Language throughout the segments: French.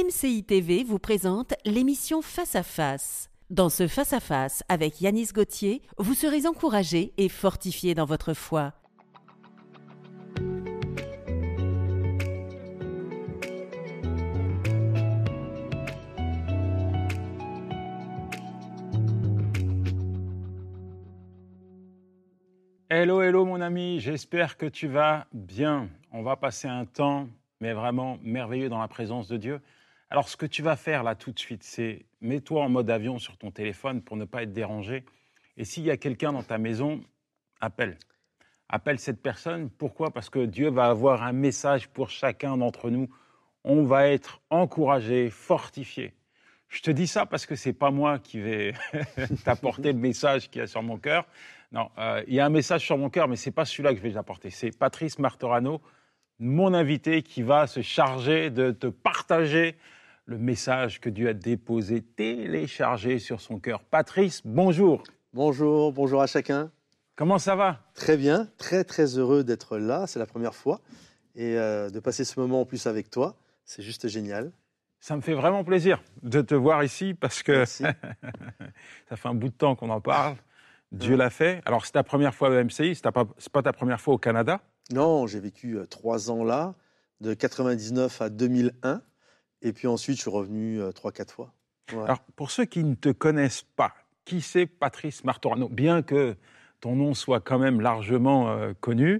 MCI TV vous présente l'émission Face à Face. Dans ce Face à Face avec Yanis Gauthier, vous serez encouragé et fortifié dans votre foi. Hello mon ami, j'espère que tu vas bien. On va passer un temps, mais vraiment merveilleux dans la présence de Dieu. Alors ce que tu vas faire là tout de suite, c'est mets-toi en mode avion sur ton téléphone pour ne pas être dérangé. Et s'il y a quelqu'un dans ta maison, appelle. Appelle cette personne. Pourquoi ? Parce que Dieu va avoir un message pour chacun d'entre nous. On va être encouragé, fortifié. Je te dis ça parce que c'est pas moi qui vais t'apporter le message qu'il y a sur mon cœur. Non, il y a un message sur mon cœur, mais c'est pas celui-là que je vais t'apporter. C'est Patrice Martorano, mon invité, qui va se charger de te partager le message que Dieu a déposé, téléchargé sur son cœur. Patrice, bonjour. Bonjour à chacun. Comment ça va ? Très bien, très heureux d'être là, c'est la première fois. Et de passer ce moment en plus avec toi, c'est juste génial. Ça me fait vraiment plaisir de te voir ici parce que ça fait un bout de temps qu'on en parle. Dieu l'a fait. Alors, c'est ta première fois au MCI, c'est pas ta première fois au Canada ? Non, j'ai vécu 3 ans là, de 99 à 2001. Et puis ensuite, je suis revenu 3-4 fois. Ouais. Alors, pour ceux qui ne te connaissent pas, qui c'est Patrice Martorano ? Bien que ton nom soit quand même largement connu,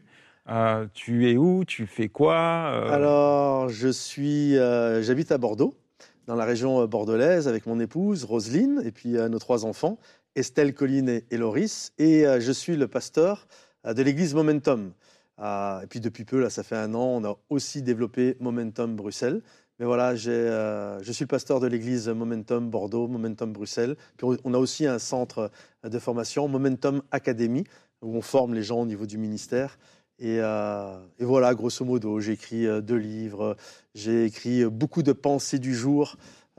tu es où ? Tu fais quoi ? Alors, j'habite à Bordeaux, dans la région bordelaise, avec mon épouse, Roselyne, et puis nos 3 enfants, Estelle, Colline et Loris. Et je suis le pasteur de l'église Momentum. Et puis depuis peu, là, ça fait 1 an, on a aussi développé Momentum Bruxelles. Mais voilà, je suis le pasteur de l'église Momentum Bordeaux, Momentum Bruxelles. Puis on a aussi un centre de formation, Momentum Academy, où on forme les gens au niveau du ministère. Et voilà, grosso modo, j'ai écrit 2 livres, j'ai écrit beaucoup de pensées du jour.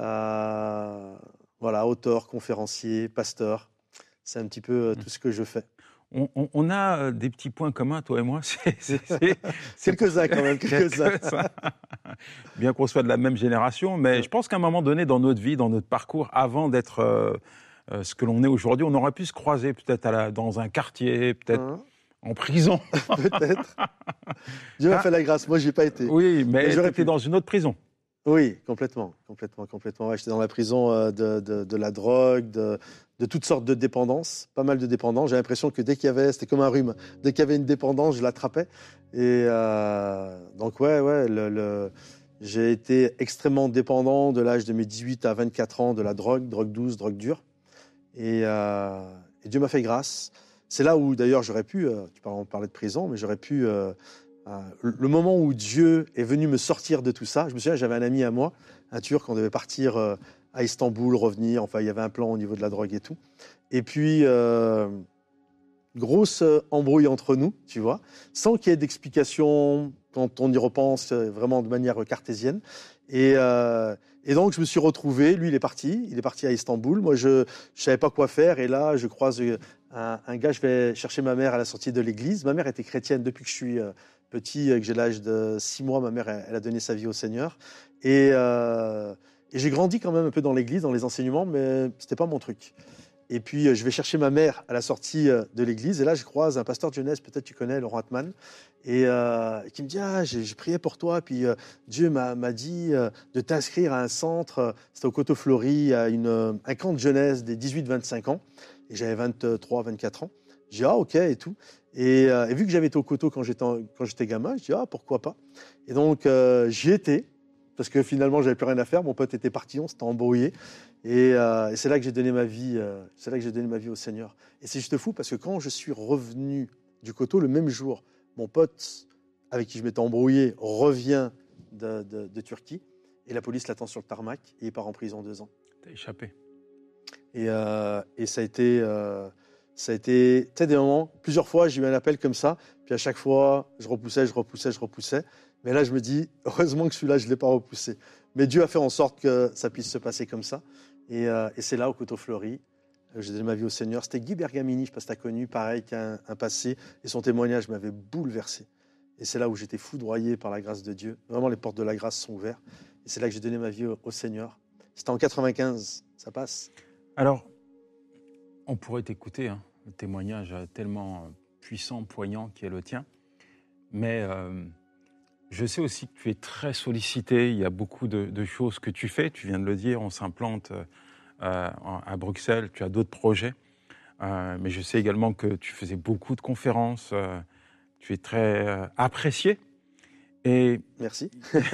Voilà, auteur, conférencier, pasteur. C'est un petit peu tout ce que je fais. On a des petits points communs, toi et moi. Quelques-uns quand même, quelques-uns. Bien qu'on soit de la même génération, mais je pense qu'à un moment donné dans notre vie, dans notre parcours, avant d'être ce que l'on est aujourd'hui, on aurait pu se croiser peut-être dans un quartier, peut-être en prison. Peut-être. Dieu a fait la grâce, moi j'y ai pas été. Oui, mais j'aurais été dans une autre prison. Oui, complètement. Ouais, j'étais dans la prison de la drogue, de toutes sortes de dépendances, pas mal de dépendances. J'ai l'impression que c'était comme un rhume. Dès qu'il y avait une dépendance, je l'attrapais. Et donc j'ai été extrêmement dépendant de l'âge de mes 18 à 24 ans de la drogue douce, drogue dure. Et Dieu m'a fait grâce. C'est là où d'ailleurs j'aurais pu, tu parlais de prison, mais j'aurais pu... le moment où Dieu est venu me sortir de tout ça, je me souviens, j'avais un ami à moi, un Turc, on devait partir à Istanbul, revenir, enfin il y avait un plan au niveau de la drogue et tout. Et puis, grosse embrouille entre nous, tu vois, sans qu'il y ait d'explication quand on y repense vraiment de manière cartésienne. Et donc je me suis retrouvé, lui il est parti à Istanbul, moi je savais pas quoi faire, et là je croise un gars, je vais chercher ma mère à la sortie de l'église. Ma mère était chrétienne depuis que je suis petit, que j'ai l'âge de 6 mois, ma mère elle a donné sa vie au Seigneur. Et j'ai grandi quand même un peu dans l'église, dans les enseignements, mais c'était pas mon truc. Et puis je vais chercher ma mère à la sortie de l'église, et là je croise un pasteur de jeunesse, peut-être tu connais, Laurent Atman, et qui me dit j'ai prié pour toi, puis Dieu m'a dit de t'inscrire à un centre, c'était au Coteau-Fleury, à un camp de jeunesse des 18-25 ans, et j'avais 23-24 ans. J'ai dit ok et tout, et vu que j'avais été au Coteau quand j'étais gamin, je dis pourquoi pas. Et donc j'y étais, parce que finalement j'avais plus rien à faire, mon pote était parti, on s'était embrouillé. Et c'est là que j'ai donné ma vie. Au Seigneur. Et c'est juste fou parce que quand je suis revenu du Coteau le même jour, mon pote avec qui je m'étais embrouillé revient de Turquie, et la police l'attend sur le tarmac et il part en prison 2 ans. T'as échappé. Et ça a été, tu sais, des moments. Plusieurs fois j'ai eu un appel comme ça, puis à chaque fois je repoussais. Mais là je me dis heureusement que celui-là je l'ai pas repoussé. Mais Dieu a fait en sorte que ça puisse se passer comme ça. Et c'est là, au Coteau-Fleury, j'ai donné ma vie au Seigneur. C'était Guy Bergamini, je ne sais pas si tu as connu, pareil, qui a un passé. Et son témoignage m'avait bouleversé. Et c'est là où j'étais foudroyé par la grâce de Dieu. Vraiment, les portes de la grâce sont ouvertes. Et c'est là que j'ai donné ma vie au Seigneur. C'était en 95, ça passe. Alors, on pourrait t'écouter, hein, le témoignage tellement puissant, poignant qui est le tien. Mais je sais aussi que tu es très sollicité. Il y a beaucoup de choses que tu fais. Tu viens de le dire, on s'implante à Bruxelles. Tu as d'autres projets. Mais je sais également que tu faisais beaucoup de conférences. Tu es très apprécié. Et Merci.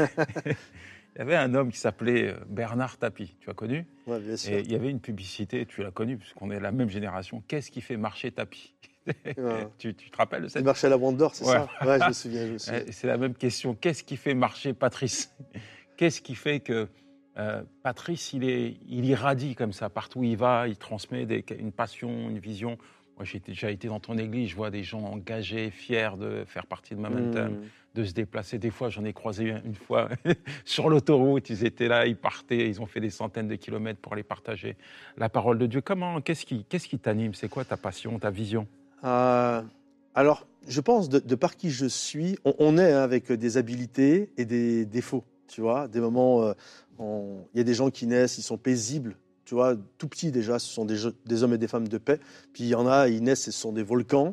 il y avait un homme qui s'appelait Bernard Tapie. Tu as connu ? Oui, bien sûr. Et il y avait une publicité, tu l'as connue, puisqu'on est de la même génération. Qu'est-ce qui fait marcher Tapie ? Tu te rappelles de cette... Il marchait à la Bande d'Or, c'est Ouais. ça ? Oui, je me souviens. C'est la même question. Qu'est-ce qui fait marcher Patrice ? Qu'est-ce qui fait que Patrice, il irradie comme ça, partout où il va, il transmet une passion, une vision. Moi, j'ai déjà été dans ton église, je vois des gens engagés, fiers de faire partie de Momentum, de se déplacer. Des fois, j'en ai croisé une fois sur l'autoroute, ils étaient là, ils partaient, ils ont fait des centaines de kilomètres pour aller partager la parole de Dieu. Qu'est-ce qui t'anime ? C'est quoi ta passion, ta vision ? Alors, je pense, de par qui je suis, on est avec des habilités et des défauts, tu vois. Des moments, il y a des gens qui naissent, ils sont paisibles, tu vois, tout petits déjà, ce sont des hommes et des femmes de paix. Puis il y en a, ils naissent et ce sont des volcans.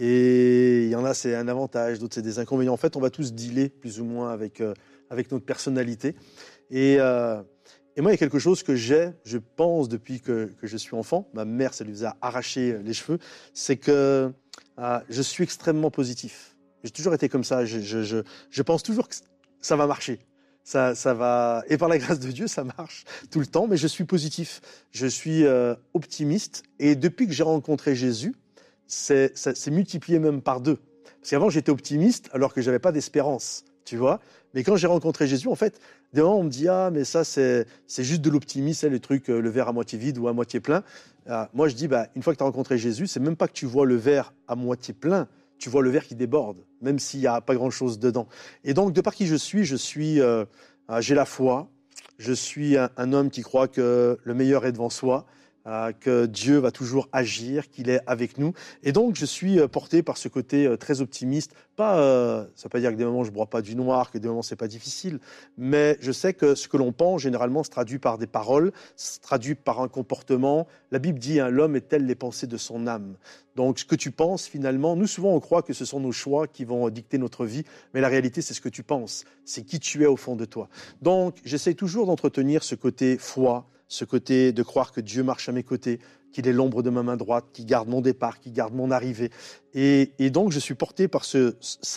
Et il y en a, c'est un avantage, d'autres, c'est des inconvénients. En fait, on va tous dealer plus ou moins avec notre personnalité. Et moi, il y a quelque chose que je pense, depuis que je suis enfant. Ma mère, ça lui faisait arracher les cheveux. C'est que je suis extrêmement positif. J'ai toujours été comme ça. Je pense toujours que ça va marcher. Ça va. Et par la grâce de Dieu, ça marche tout le temps. Mais je suis positif. Je suis optimiste. Et depuis que j'ai rencontré Jésus, ça s'est multiplié même par 2. Parce qu'avant, j'étais optimiste alors que j'avais pas d'espérance, tu vois. Mais quand j'ai rencontré Jésus, en fait, des moments, on me dit « Ah, mais ça, c'est juste de l'optimisme, c'est le truc, le verre à moitié vide ou à moitié plein. » Moi, je dis une fois que tu as rencontré Jésus, c'est même pas que tu vois le verre à moitié plein, tu vois le verre qui déborde, même s'il n'y a pas grand-chose dedans. Et donc, de par qui je suis, j'ai la foi, je suis un homme qui croit que le meilleur est devant soi, que Dieu va toujours agir, qu'il est avec nous. Et donc, je suis porté par ce côté très optimiste. Ça ne veut pas dire que des moments, je ne broie pas du noir, que des moments, ce n'est pas difficile. Mais je sais que ce que l'on pense, généralement, se traduit par des paroles, se traduit par un comportement. La Bible dit, l'homme est tel les pensées de son âme. Donc, ce que tu penses, finalement, nous, souvent, on croit que ce sont nos choix qui vont dicter notre vie. Mais la réalité, c'est ce que tu penses. C'est qui tu es au fond de toi. Donc, j'essaie toujours d'entretenir ce côté foi, ce côté de croire que Dieu marche à mes côtés, qu'il est l'ombre de ma main droite, qui garde mon départ, qui garde mon arrivée. Et donc, je suis porté par ce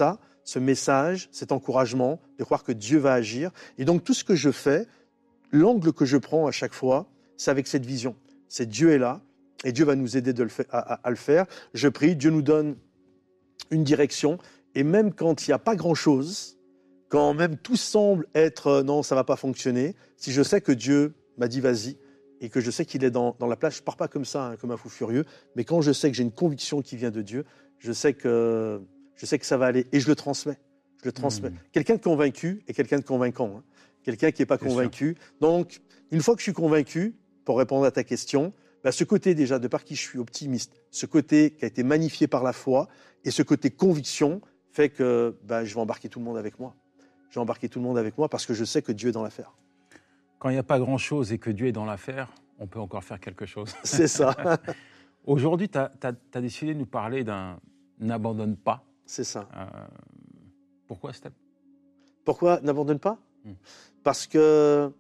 message, cet encouragement, de croire que Dieu va agir. Et donc, tout ce que je fais, l'angle que je prends à chaque fois, c'est avec cette vision. C'est Dieu est là, et Dieu va nous aider à le faire. Je prie, Dieu nous donne une direction, et même quand il n'y a pas grand-chose, quand même tout semble être non, ça ne va pas fonctionner, si je sais que Dieu m'a dit vas-y, et que je sais qu'il est dans la place, je ne pars pas comme ça, comme un fou furieux, mais quand je sais que j'ai une conviction qui vient de Dieu, je sais que ça va aller, et je le transmets. Quelqu'un de convaincu est quelqu'un de convaincant. Quelqu'un qui n'est pas convaincu. Donc, une fois que je suis convaincu, pour répondre à ta question, ce côté déjà, de par qui je suis optimiste, ce côté qui a été magnifié par la foi, et ce côté conviction, fait que je vais embarquer tout le monde avec moi. Je vais embarquer tout le monde avec moi parce que je sais que Dieu est dans l'affaire. Quand il n'y a pas grand-chose et que Dieu est dans l'affaire, on peut encore faire quelque chose. C'est ça. Aujourd'hui, tu as décidé de nous parler d'un « n'abandonne pas ». C'est ça. Pourquoi, Steph ? Pourquoi n'abandonne pas ? Parce que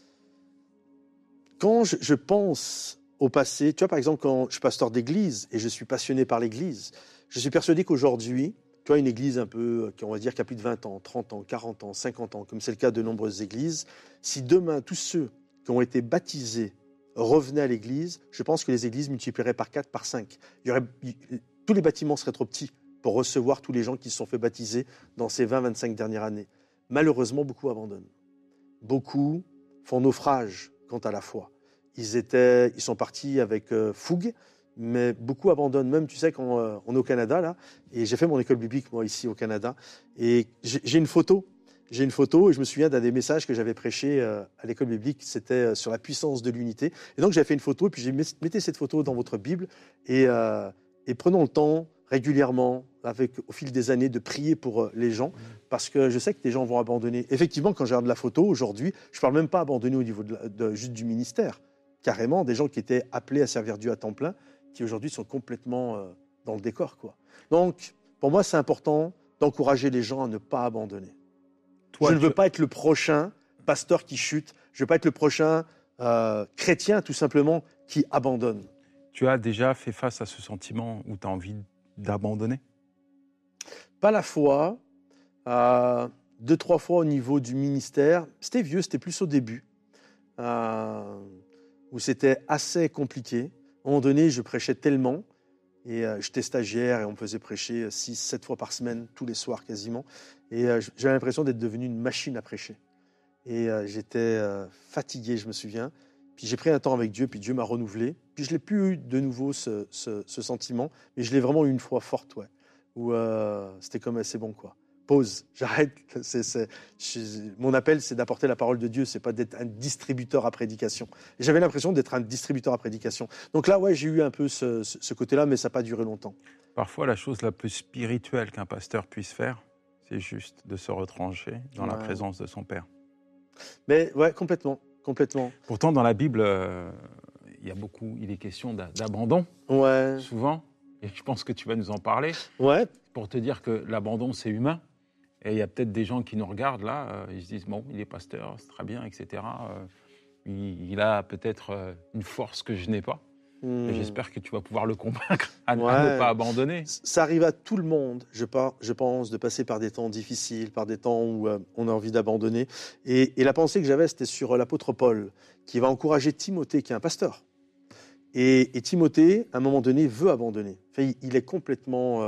quand je pense au passé, tu vois, par exemple, quand je suis pasteur d'église et je suis passionné par l'église, je suis persuadé qu'aujourd'hui, tu vois, une église un peu, on va dire, qui a plus de 20 ans, 30 ans, 40 ans, 50 ans, comme c'est le cas de nombreuses églises, si demain, tous ceux qui ont été baptisés revenaient à l'église, je pense que les églises multiplieraient par 4, par 5. Tous les bâtiments seraient trop petits pour recevoir tous les gens qui se sont fait baptiser dans ces 20-25 dernières années. Malheureusement, beaucoup abandonnent. Beaucoup font naufrage quant à la foi. Ils sont partis avec fougue, mais beaucoup abandonnent. Même, tu sais, quand on est au Canada, là, et j'ai fait mon école biblique, moi, ici au Canada, et j'ai une photo. J'ai une photo, et je me souviens d'un des messages que j'avais prêché à l'école biblique, c'était sur la puissance de l'unité. Et donc, j'avais fait une photo, et puis j'ai mis, mettez cette photo dans votre Bible, et prenons le temps régulièrement, au fil des années, de prier pour les gens, parce que je sais que des gens vont abandonner. Effectivement, quand je regarde la photo, aujourd'hui, je ne parle même pas abandonner au niveau juste du ministère. Carrément, des gens qui étaient appelés à servir Dieu à temps plein, qui aujourd'hui sont complètement dans le décor, quoi. Donc, pour moi, c'est important d'encourager les gens à ne pas abandonner. Je ne veux pas être le prochain pasteur qui chute. Je ne veux pas être le prochain chrétien, tout simplement, qui abandonne. Tu as déjà fait face à ce sentiment où tu as envie d'abandonner ? Pas la fois. 2-3 fois au niveau du ministère. C'était vieux, c'était plus au début, où c'était assez compliqué. À un moment donné, je prêchais tellement, et j'étais stagiaire, et on me faisait prêcher 6-7 fois par semaine, tous les soirs quasiment. Et j'avais l'impression d'être devenu une machine à prêcher. Et j'étais fatigué, je me souviens. Puis j'ai pris un temps avec Dieu, puis Dieu m'a renouvelé. Puis je n'ai plus eu de nouveau ce sentiment, mais je l'ai vraiment eu une fois forte, ouais, où c'était comme c'est bon, quoi. Pause, j'arrête. Mon appel, c'est d'apporter la parole de Dieu, c'est pas d'être un distributeur à prédication. Et j'avais l'impression d'être un distributeur à prédication. Donc là, ouais, j'ai eu un peu ce côté-là, mais ça n'a pas duré longtemps. Parfois, la chose la plus spirituelle qu'un pasteur puisse faire, c'est juste de se retrancher dans la présence de son Père. Mais ouais, complètement. Pourtant, dans la Bible, il est question d'abandon, souvent. Et je pense que tu vas nous en parler. Ouais. Pour te dire que l'abandon, c'est humain. Et il y a peut-être des gens qui nous regardent là, ils se disent, bon, il est pasteur, c'est très bien, etc. Il a peut-être une force que je n'ai pas. Et j'espère que tu vas pouvoir le convaincre à ne pas abandonner. Ça arrive à tout le monde, je pense, de passer par des temps difficiles, par des temps où on a envie d'abandonner. Et la pensée que j'avais, c'était sur l'apôtre Paul, qui va encourager Timothée, qui est un pasteur. Et Timothée, à un moment donné, veut abandonner. Enfin, il est complètement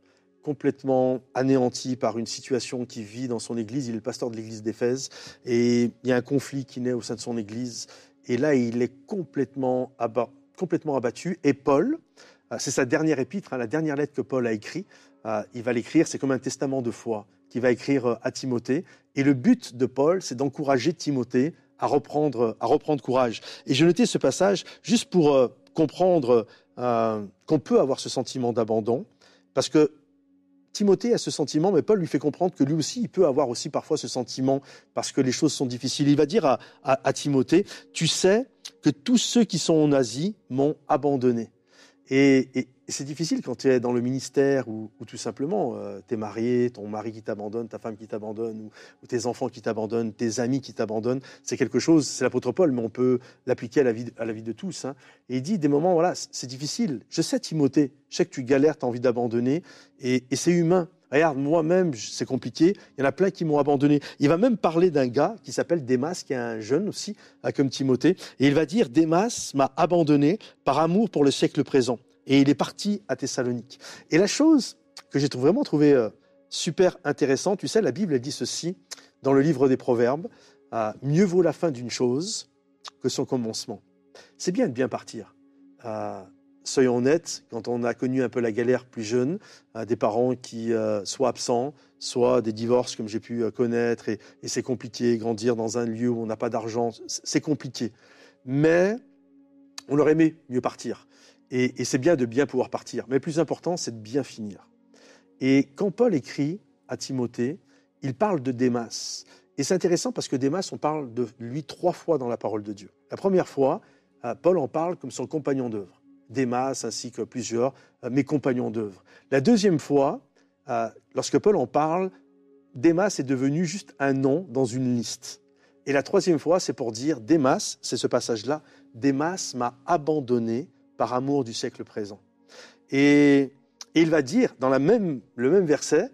anéanti par une situation qu'il vit dans son église. Il est le pasteur de l'église d'Éphèse. Et il y a un conflit qui naît au sein de son église. Et là, il est complètement abattu. Et Paul, c'est sa dernière épître, la dernière lettre que Paul a écrite. Il va l'écrire, c'est comme un testament de foi qu'il va écrire à Timothée. Et le but de Paul, c'est d'encourager Timothée à reprendre courage. Et j'ai noté ce passage juste pour comprendre qu'on peut avoir ce sentiment d'abandon, parce que Timothée a ce sentiment, mais Paul lui fait comprendre que lui aussi, il peut avoir aussi parfois ce sentiment, parce que les choses sont difficiles. Il va dire à Timothée, « Tu sais que tous ceux qui sont en Asie m'ont abandonné. » Et c'est difficile quand tu es dans le ministère ou tout simplement, tu es marié, ton mari qui t'abandonne, ta femme qui t'abandonne, ou tes enfants qui t'abandonnent, tes amis qui t'abandonnent. C'est quelque chose, c'est l'apôtre Paul, mais on peut l'appliquer à la vie de tous. Hein. Et il dit des moments, voilà, c'est difficile. Je sais, Timothée, je sais que tu galères, tu as envie d'abandonner, et c'est humain. Regarde, moi-même, c'est compliqué. Il y en a plein qui m'ont abandonné. Il va même parler d'un gars qui s'appelle Démas, qui est un jeune aussi, comme Timothée. Et il va dire, Démas m'a abandonné par amour pour le siècle présent. Et il est parti à Thessalonique. Et la chose que j'ai vraiment trouvé super intéressante, tu sais, la Bible, elle dit ceci, dans le livre des Proverbes, mieux vaut la fin d'une chose que son commencement. C'est bien de bien partir. Soyons honnêtes, quand on a connu un peu la galère plus jeune, des parents qui soient absents, soit des divorces comme j'ai pu connaître, et c'est compliqué, grandir dans un lieu où on n'a pas d'argent, c'est compliqué. Mais on aurait aimé mieux partir. Et c'est bien de bien pouvoir partir. Mais le plus important, c'est de bien finir. Et quand Paul écrit à Timothée, il parle de Démas. Et c'est intéressant parce que Démas, on parle de lui 3 fois dans la parole de Dieu. La première fois, Paul en parle comme son compagnon d'œuvre. Démas ainsi que plusieurs, mes compagnons d'œuvre. La deuxième fois, lorsque Paul en parle, Démas est devenu juste un nom dans une liste. Et la troisième fois, c'est pour dire, Démas, c'est ce passage-là, Démas m'a abandonné par amour du siècle présent. Et il va dire, dans le même verset,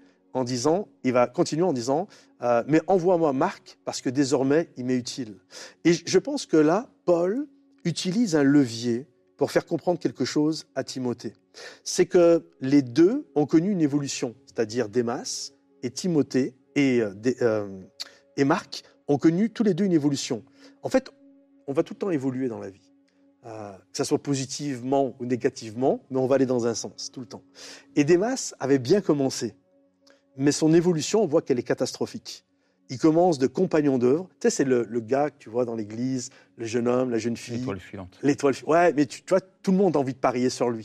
il va continuer en disant, mais envoie-moi Marc, parce que désormais, il m'est utile. Et je pense que là, Paul utilise un levier pour faire comprendre quelque chose à Timothée. C'est que les deux ont connu une évolution, c'est-à-dire Démas et Timothée et Marc ont connu tous les deux une évolution. En fait, on va tout le temps évoluer dans la vie. Que ça soit positivement ou négativement, mais on va aller dans un sens, tout le temps. Et Démas avait bien commencé, mais son évolution, on voit qu'elle est catastrophique. Il commence de compagnon d'œuvre. Tu sais, c'est le gars que tu vois dans l'église, le jeune homme, la jeune fille. L'étoile filante. Ouais, mais tu vois, tout le monde a envie de parier sur lui.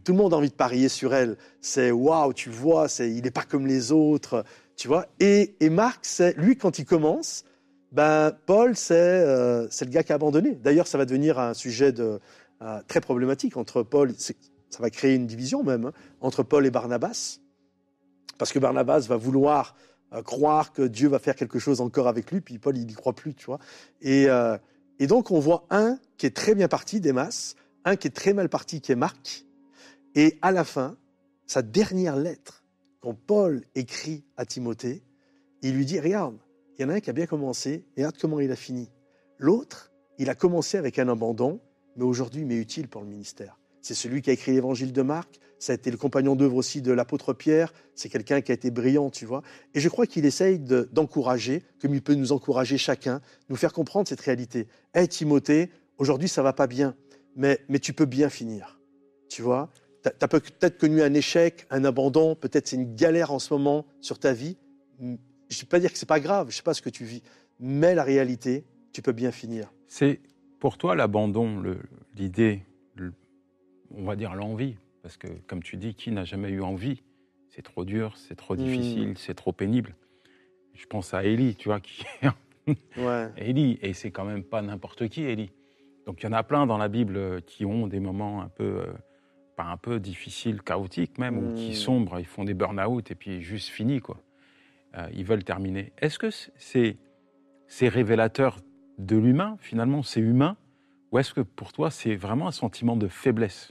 tout le monde a envie de parier sur elle. C'est waouh, tu vois, il n'est pas comme les autres, tu vois. Et Marc, lui, quand il commence, Paul, c'est le gars qui a abandonné. D'ailleurs, ça va devenir un sujet très problématique entre Paul, ça va créer une division même, hein, entre Paul et Barnabas, parce que Barnabas va vouloir croire que Dieu va faire quelque chose encore avec lui, puis Paul, il n'y croit plus, tu vois. Et donc, on voit un qui est très bien parti, Démas, un qui est très mal parti, qui est Marc. Et à la fin, sa dernière lettre, quand Paul écrit à Timothée, il lui dit, regarde, il y en a un qui a bien commencé, et regarde comment il a fini. L'autre, il a commencé avec un abandon, mais aujourd'hui, il m'est utile pour le ministère. C'est celui qui a écrit l'évangile de Marc, ça a été le compagnon d'œuvre aussi de l'apôtre Pierre, c'est quelqu'un qui a été brillant, tu vois. Et je crois qu'il essaye d'encourager, comme il peut nous encourager chacun, nous faire comprendre cette réalité. Hey Timothée, aujourd'hui ça va pas bien, mais tu peux bien finir, tu vois. Tu as peut-être connu un échec, un abandon, peut-être c'est une galère en ce moment sur ta vie. Je ne vais pas dire que c'est pas grave, je sais pas ce que tu vis, mais la réalité, tu peux bien finir. C'est pour toi l'abandon, l'idée, on va dire l'envie, parce que comme tu dis, qui n'a jamais eu envie? C'est trop dur, c'est trop difficile, c'est trop pénible. Je pense à Élie, tu vois, Ouais. Élie, et c'est quand même pas n'importe qui, Élie. Donc il y en a plein dans la Bible qui ont des moments un peu difficiles, chaotiques même, ou qui sombrent, ils font des burn-out et puis juste fini, quoi. Ils veulent terminer. Est-ce que c'est révélateur de l'humain, finalement, c'est humain, ou est-ce que pour toi, c'est vraiment un sentiment de faiblesse?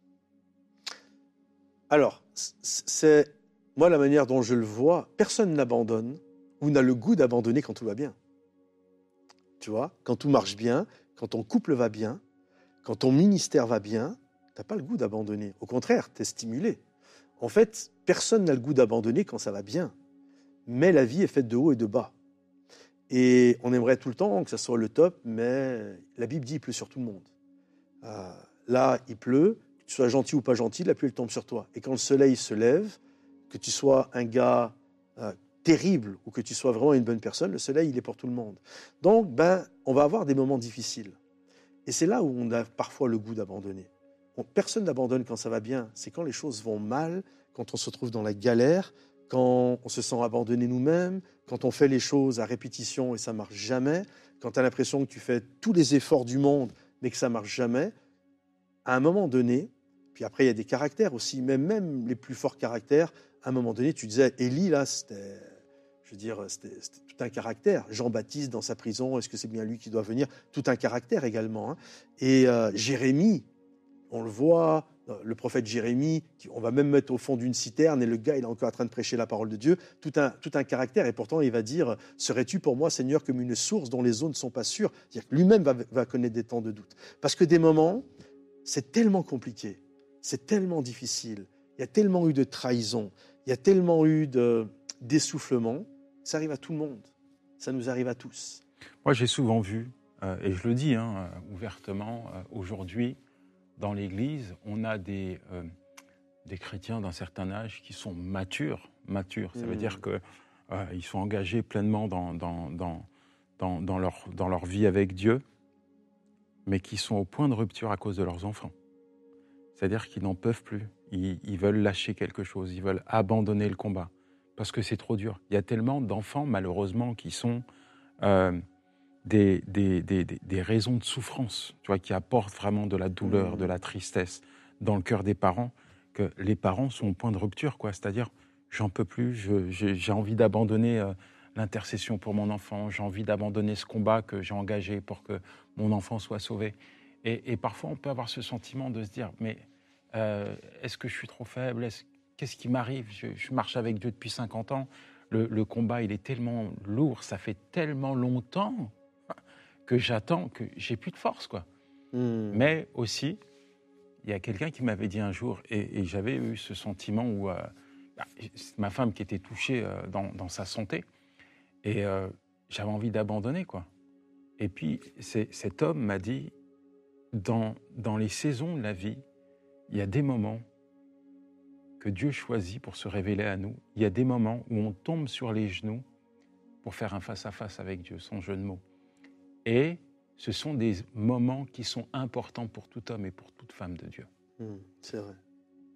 Alors, c'est moi la manière dont je le vois, personne n'abandonne ou n'a le goût d'abandonner quand tout va bien. Tu vois, quand tout marche bien, quand ton couple va bien, quand ton ministère va bien, tu n'as pas le goût d'abandonner. Au contraire, tu es stimulé. En fait, personne n'a le goût d'abandonner quand ça va bien. Mais la vie est faite de haut et de bas. Et on aimerait tout le temps que ça soit le top, mais la Bible dit qu'il pleut sur tout le monde. Là, il pleut, que tu sois gentil ou pas gentil, la pluie elle tombe sur toi. Et quand le soleil se lève, que tu sois un gars terrible ou que tu sois vraiment une bonne personne, le soleil, il est pour tout le monde. Donc, on va avoir des moments difficiles. Et c'est là où on a parfois le goût d'abandonner. Personne n'abandonne quand ça va bien. C'est quand les choses vont mal, quand on se trouve dans la galère, quand on se sent abandonné nous-mêmes, quand on fait les choses à répétition et ça ne marche jamais, quand tu as l'impression que tu fais tous les efforts du monde mais que ça ne marche jamais. À un moment donné, puis après il y a des caractères aussi, même les plus forts caractères, à un moment donné, tu disais, Élie, là, c'était tout un caractère. Jean-Baptiste dans sa prison, est-ce que c'est bien lui qui doit venir? Tout un caractère également. Hein. Et Jérémie, on le voit, le prophète Jérémie, on va même mettre au fond d'une citerne et le gars, il est encore en train de prêcher la parole de Dieu. Tout un caractère. Et pourtant, il va dire, serais-tu pour moi, Seigneur, comme une source dont les eaux ne sont pas sûres? C'est-à-dire que lui-même va connaître des temps de doute. Parce que des moments, c'est tellement compliqué, c'est tellement difficile, il y a tellement eu de trahison, il y a tellement eu d'essoufflement, ça arrive à tout le monde, ça nous arrive à tous. Moi, j'ai souvent vu, et je le dis ouvertement, aujourd'hui, dans l'Église, on a des chrétiens d'un certain âge qui sont matures. Ça veut dire qu'ils sont engagés pleinement dans leur vie avec Dieu, mais qui sont au point de rupture à cause de leurs enfants. C'est-à-dire qu'ils n'en peuvent plus. Ils veulent lâcher quelque chose, ils veulent abandonner le combat, parce que c'est trop dur. Il y a tellement d'enfants, malheureusement, qui sont des raisons de souffrance, tu vois, qui apportent vraiment de la douleur, de la tristesse dans le cœur des parents, que les parents sont au point de rupture, quoi. C'est-à-dire, j'en peux plus, j'ai envie d'abandonner l'intercession pour mon enfant, j'ai envie d'abandonner ce combat que j'ai engagé pour que mon enfant soit sauvé. Et parfois, on peut avoir ce sentiment de se dire, mais est-ce que je suis trop faible? Qu'est-ce qui m'arrive? Je marche avec Dieu depuis 50 ans. Le combat, il est tellement lourd, ça fait tellement longtemps que j'attends, que j'ai plus de force, quoi. Mais aussi, il y a quelqu'un qui m'avait dit un jour, et j'avais eu ce sentiment où c'est ma femme qui était touchée dans sa santé, et j'avais envie d'abandonner, quoi. Et puis, cet homme m'a dit, dans les saisons de la vie, il y a des moments que Dieu choisit pour se révéler à nous. Il y a des moments où on tombe sur les genoux pour faire un face-à-face avec Dieu, sans jeu de mots. Et ce sont des moments qui sont importants pour tout homme et pour toute femme de Dieu. C'est vrai.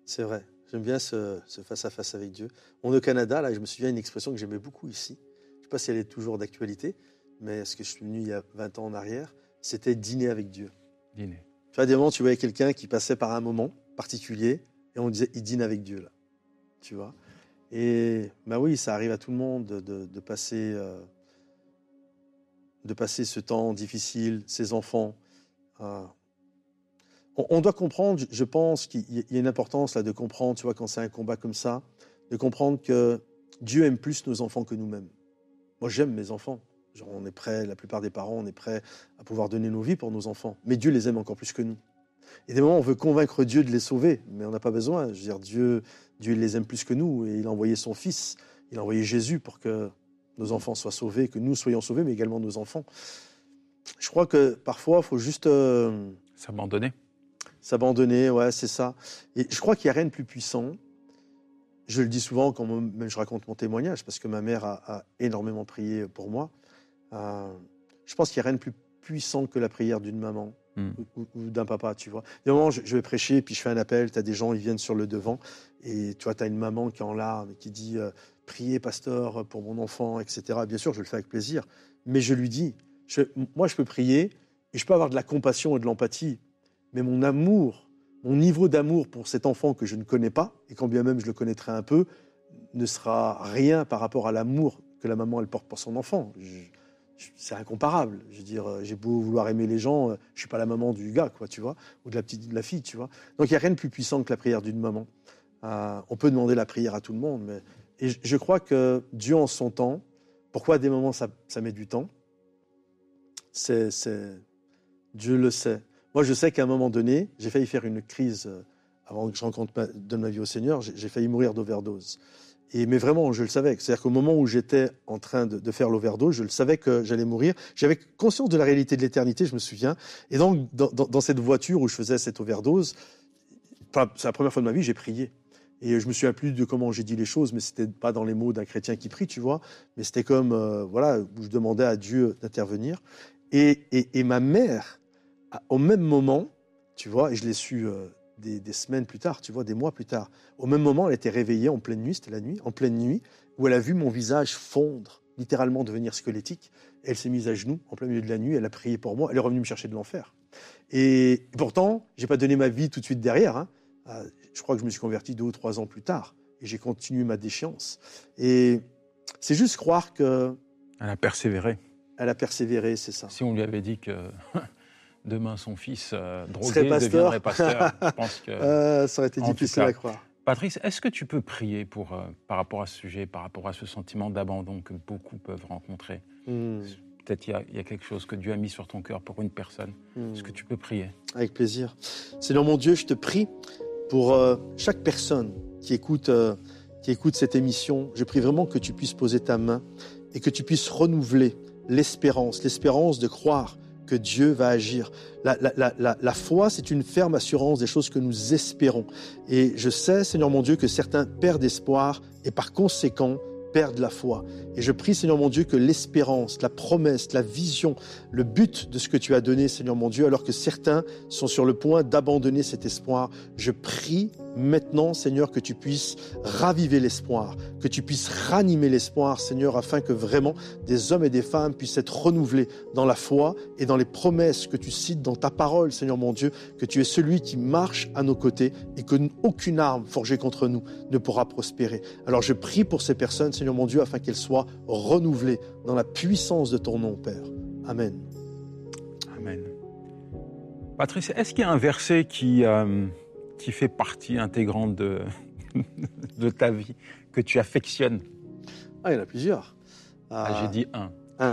C'est vrai. J'aime bien ce face-à-face avec Dieu. On est au Canada, là, je me souviens d'une expression que j'aimais beaucoup ici. Je ne sais pas si elle est toujours d'actualité, mais ce que je suis venu il y a 20 ans en arrière, c'était dîner avec Dieu. Dîner. Tu vois, des moments, tu voyais quelqu'un qui passait par un moment particulier et on disait, il dîne avec Dieu, là. Tu vois. Et bah oui, ça arrive à tout le monde de passer ce temps difficile, ses enfants. On doit comprendre, je pense qu'il y a une importance là de comprendre, tu vois, quand c'est un combat comme ça, de comprendre que Dieu aime plus nos enfants que nous-mêmes. Moi, j'aime mes enfants. Genre, on est prêt, la plupart des parents, on est prêt à pouvoir donner nos vies pour nos enfants. Mais Dieu les aime encore plus que nous. Et des moments, on veut convaincre Dieu de les sauver, mais on n'a pas besoin. Je veux dire, Dieu les aime plus que nous, et il a envoyé son Fils, il a envoyé Jésus pour que nos enfants soient sauvés, que nous soyons sauvés, mais également nos enfants. Je crois que parfois, il faut juste S'abandonner. S'abandonner, ouais, c'est ça. Et je crois qu'il n'y a rien de plus puissant. Je le dis souvent quand même je raconte mon témoignage, parce que ma mère a énormément prié pour moi. Je pense qu'il n'y a rien de plus puissant que la prière d'une maman ou d'un papa, tu vois. Des moments, je vais prêcher, puis je fais un appel, tu as des gens, ils viennent sur le devant, et tu vois, tu as une maman qui est en larmes, qui dit « Priez, pasteur, pour mon enfant, etc. » Bien sûr, je le fais avec plaisir, mais je lui dis, moi, je peux prier, et je peux avoir de la compassion et de l'empathie, mais mon amour, mon niveau d'amour pour cet enfant que je ne connais pas, et quand bien même je le connaîtrai un peu, ne sera rien par rapport à l'amour que la maman elle porte pour son enfant. C'est incomparable. Je veux dire, j'ai beau vouloir aimer les gens, je suis pas la maman du gars, quoi, tu vois, ou de la fille, tu vois. Donc il y a rien de plus puissant que la prière d'une maman. On peut demander la prière à tout le monde, mais et je crois que Dieu en son temps. Pourquoi à des moments ça met du temps? Dieu le sait. Moi, je sais qu'à un moment donné, j'ai failli faire une crise avant que je donne ma vie au Seigneur. J'ai failli mourir d'overdose. Mais vraiment, je le savais. C'est-à-dire qu'au moment où j'étais en train de faire l'overdose, je le savais que j'allais mourir. J'avais conscience de la réalité de l'éternité, je me souviens. Et donc, dans cette voiture où je faisais cette overdose, c'est la première fois de ma vie, j'ai prié. Et je me souviens plus de comment j'ai dit les choses, mais c'était pas dans les mots d'un chrétien qui prie, tu vois. Mais c'était comme, voilà, où je demandais à Dieu d'intervenir. Et ma mère, au même moment, tu vois, et je l'ai su des semaines plus tard, tu vois, des mois plus tard, au même moment, elle était réveillée en pleine nuit, c'était la nuit, en pleine nuit, où elle a vu mon visage fondre, littéralement devenir squelettique. Elle s'est mise à genoux en plein milieu de la nuit, elle a prié pour moi, elle est revenue me chercher de l'enfer. Et pourtant, j'ai pas donné ma vie tout de suite derrière. Hein. Je crois que je me suis converti 2 ou 3 ans plus tard, et j'ai continué ma déchéance. Et c'est juste croire que... Elle a persévéré. Elle a persévéré, c'est ça. Si on lui avait dit que demain son fils drogué deviendrait pasteur, je pense que... ça aurait été difficile à croire. Patrice, est-ce que tu peux prier par rapport à ce sujet, par rapport à ce sentiment d'abandon que beaucoup peuvent rencontrer? Peut-être il y a quelque chose que Dieu a mis sur ton cœur pour une personne. Est-ce que tu peux prier? Avec plaisir. Seigneur mon Dieu, je te prie pour chaque personne qui écoute cette émission. Je prie vraiment que tu puisses poser ta main et que tu puisses renouveler l'espérance de croire que Dieu va agir. La foi, c'est une ferme assurance des choses que nous espérons. Et je sais, Seigneur mon Dieu, que certains perdent espoir et par conséquent perdent la foi. Et je prie, Seigneur mon Dieu, que l'espérance, la promesse, la vision, le but de ce que tu as donné, Seigneur mon Dieu, alors que certains sont sur le point d'abandonner cet espoir, je prie maintenant, Seigneur, que tu puisses raviver l'espoir, que tu puisses ranimer l'espoir, Seigneur, afin que vraiment des hommes et des femmes puissent être renouvelés dans la foi et dans les promesses que tu cites dans ta parole, Seigneur mon Dieu, que tu es celui qui marche à nos côtés et que aucune arme forgée contre nous ne pourra prospérer. Alors je prie pour ces personnes, Seigneur mon Dieu, afin qu'elles soient renouvelées dans la puissance de ton nom, Père. Amen. Amen. Patrice, est-ce qu'il y a un verset qui fait partie intégrante de ta vie, que tu affectionnes? Ah, il y en a plusieurs. J'ai dit un.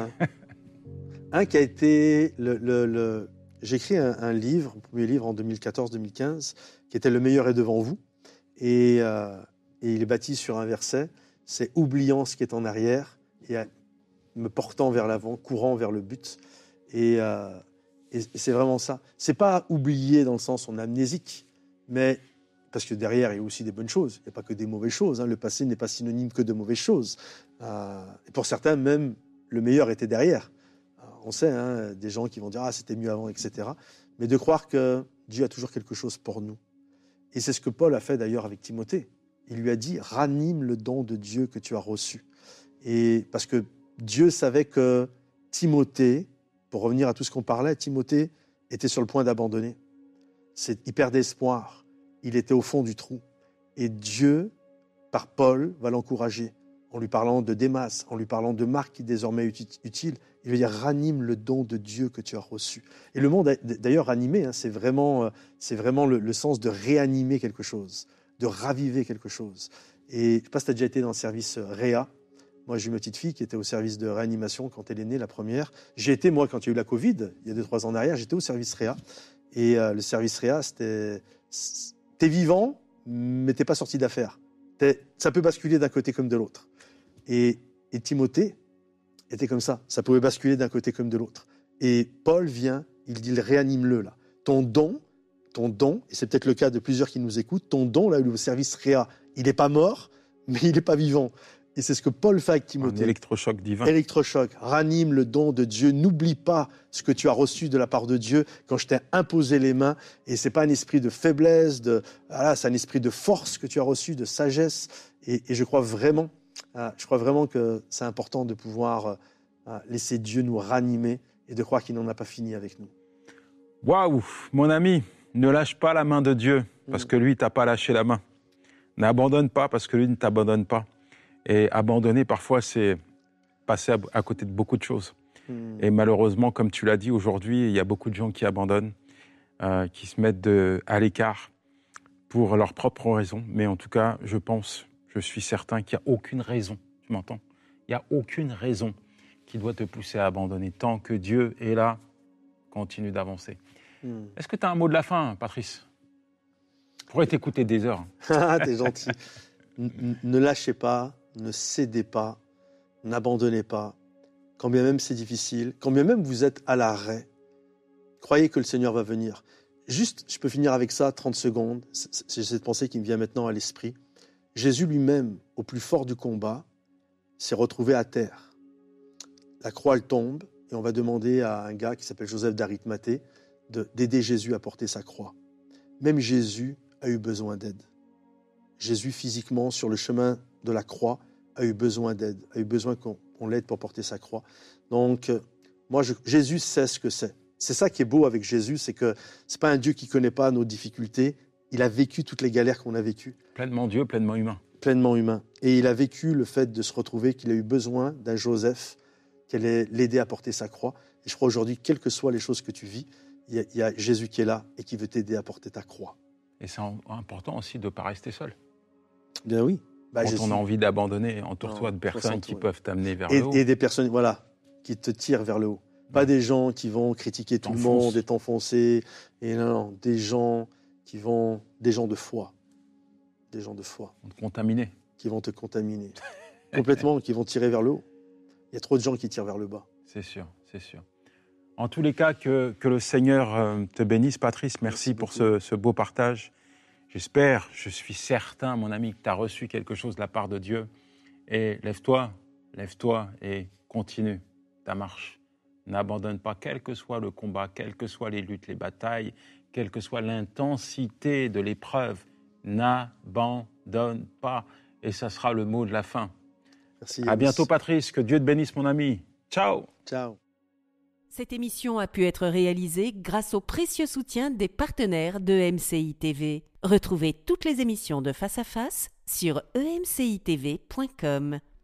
Un qui a été j'ai écrit un livre, un premier livre en 2014-2015, qui était « Le meilleur est devant vous ». Et il est bâti sur un verset, c'est « oubliant ce qui est en arrière et me portant vers l'avant, courant vers le but ». Et c'est vraiment ça. C'est pas oublier dans le sens on est amnésique, mais parce que derrière il y a aussi des bonnes choses. Il n'y a pas que des mauvaises choses. Hein. Le passé n'est pas synonyme que de mauvaises choses. Et pour certains, même le meilleur était derrière. On sait, hein, des gens qui vont dire ah c'était mieux avant, etc. Mais de croire que Dieu a toujours quelque chose pour nous. Et c'est ce que Paul a fait d'ailleurs avec Timothée. Il lui a dit, ranime le don de Dieu que tu as reçu. Et parce que Dieu savait que Timothée, pour revenir à tout ce qu'on parlait, Timothée était sur le point d'abandonner. Il perdait espoir. Il était au fond du trou. Et Dieu, par Paul, va l'encourager en lui parlant de Démas, en lui parlant de Marc qui désormais est utile. Il veut dire ranime le don de Dieu que tu as reçu. Et le mot d'ailleurs ranimé, c'est vraiment le sens de réanimer quelque chose, de raviver quelque chose. Et je ne sais pas si tu as déjà été dans le service Réa. Moi, j'ai une petite fille qui était au service de réanimation quand elle est née, la première. J'ai été, moi, quand il y a eu la Covid, il y a 2-3 ans en arrière, j'étais au service Réa. Et le service Réa, c'était... T'es vivant, mais t'es pas sorti d'affaire. Ça peut basculer d'un côté comme de l'autre. Et Timothée était comme ça. Ça pouvait basculer d'un côté comme de l'autre. Et Paul vient, il dit, réanime-le là. Ton don, et c'est peut-être le cas de plusieurs qui nous écoutent, ton don, là, le service Réa, il n'est pas mort, mais il n'est pas vivant. Et c'est ce que Paul fait avec Timothée. Un électrochoc divin. Électrochoc. Ranime le don de Dieu. N'oublie pas ce que tu as reçu de la part de Dieu quand je t'ai imposé les mains. Et c'est pas un esprit de faiblesse, c'est un esprit de force que tu as reçu, de sagesse. Et je crois vraiment que c'est important de pouvoir laisser Dieu nous ranimer et de croire qu'il n'en a pas fini avec nous. Waouh, mon ami, ne lâche pas la main de Dieu parce que lui, t'a pas lâché la main. N'abandonne pas parce que lui ne t'abandonne pas. Et abandonner, parfois, c'est passer à côté de beaucoup de choses. Et malheureusement, comme tu l'as dit, aujourd'hui, il y a beaucoup de gens qui abandonnent, qui se mettent à l'écart pour leurs propres raisons. Mais en tout cas, je suis certain qu'il n'y a aucune raison, tu m'entends ? Il n'y a aucune raison qui doit te pousser à abandonner. Tant que Dieu est là, continue d'avancer. Est-ce que tu as un mot de la fin, Patrice ? Je pourrais t'écouter des heures. T'es gentil. Ne lâchez pas. Ne cédez pas, n'abandonnez pas, quand bien même c'est difficile, quand bien même vous êtes à l'arrêt, croyez que le Seigneur va venir. Juste, je peux finir avec ça, 30 secondes, c'est cette pensée qui me vient maintenant à l'esprit. Jésus lui-même, au plus fort du combat, s'est retrouvé à terre. La croix, elle tombe, et on va demander à un gars qui s'appelle Joseph d'Arimathée d'aider Jésus à porter sa croix. Même Jésus a eu besoin d'aide. Jésus, physiquement, sur le chemin de la croix, a eu besoin d'aide, a eu besoin qu'on l'aide pour porter sa croix. Donc, Jésus sait ce que c'est. C'est ça qui est beau avec Jésus, c'est que c'est pas un Dieu qui connaît pas nos difficultés. Il a vécu toutes les galères qu'on a vécues. Pleinement Dieu, pleinement humain. Pleinement humain. Et il a vécu le fait de se retrouver qu'il a eu besoin d'un Joseph qui allait l'aider à porter sa croix. Et je crois aujourd'hui, quelles que soient les choses que tu vis, il y a Jésus qui est là et qui veut t'aider à porter ta croix. Et c'est important aussi de ne pas rester seul. Bien oui. Quand on a envie d'abandonner, entoure-toi de personnes qui peuvent t'amener vers le haut. Et des personnes qui te tirent vers le haut. Pas des gens qui vont critiquer tout le monde et t'enfoncer. Et non, des gens de foi. Des gens de foi. Contaminés. Qui vont te contaminer. Complètement, qui vont tirer vers le haut. Il y a trop de gens qui tirent vers le bas. C'est sûr, c'est sûr. En tous les cas, que le Seigneur te bénisse, Patrice. Merci pour ce beau partage. J'espère, je suis certain, mon ami, que tu as reçu quelque chose de la part de Dieu. Et lève-toi et continue ta marche. N'abandonne pas, quel que soit le combat, quelles que soient les luttes, les batailles, quelle que soit l'intensité de l'épreuve. N'abandonne pas. Et ça sera le mot de la fin. Merci. À bientôt, Patrice. Que Dieu te bénisse, mon ami. Ciao. Ciao. Cette émission a pu être réalisée grâce au précieux soutien des partenaires de MCI TV. Retrouvez toutes les émissions de Face à Face sur emcitv.com.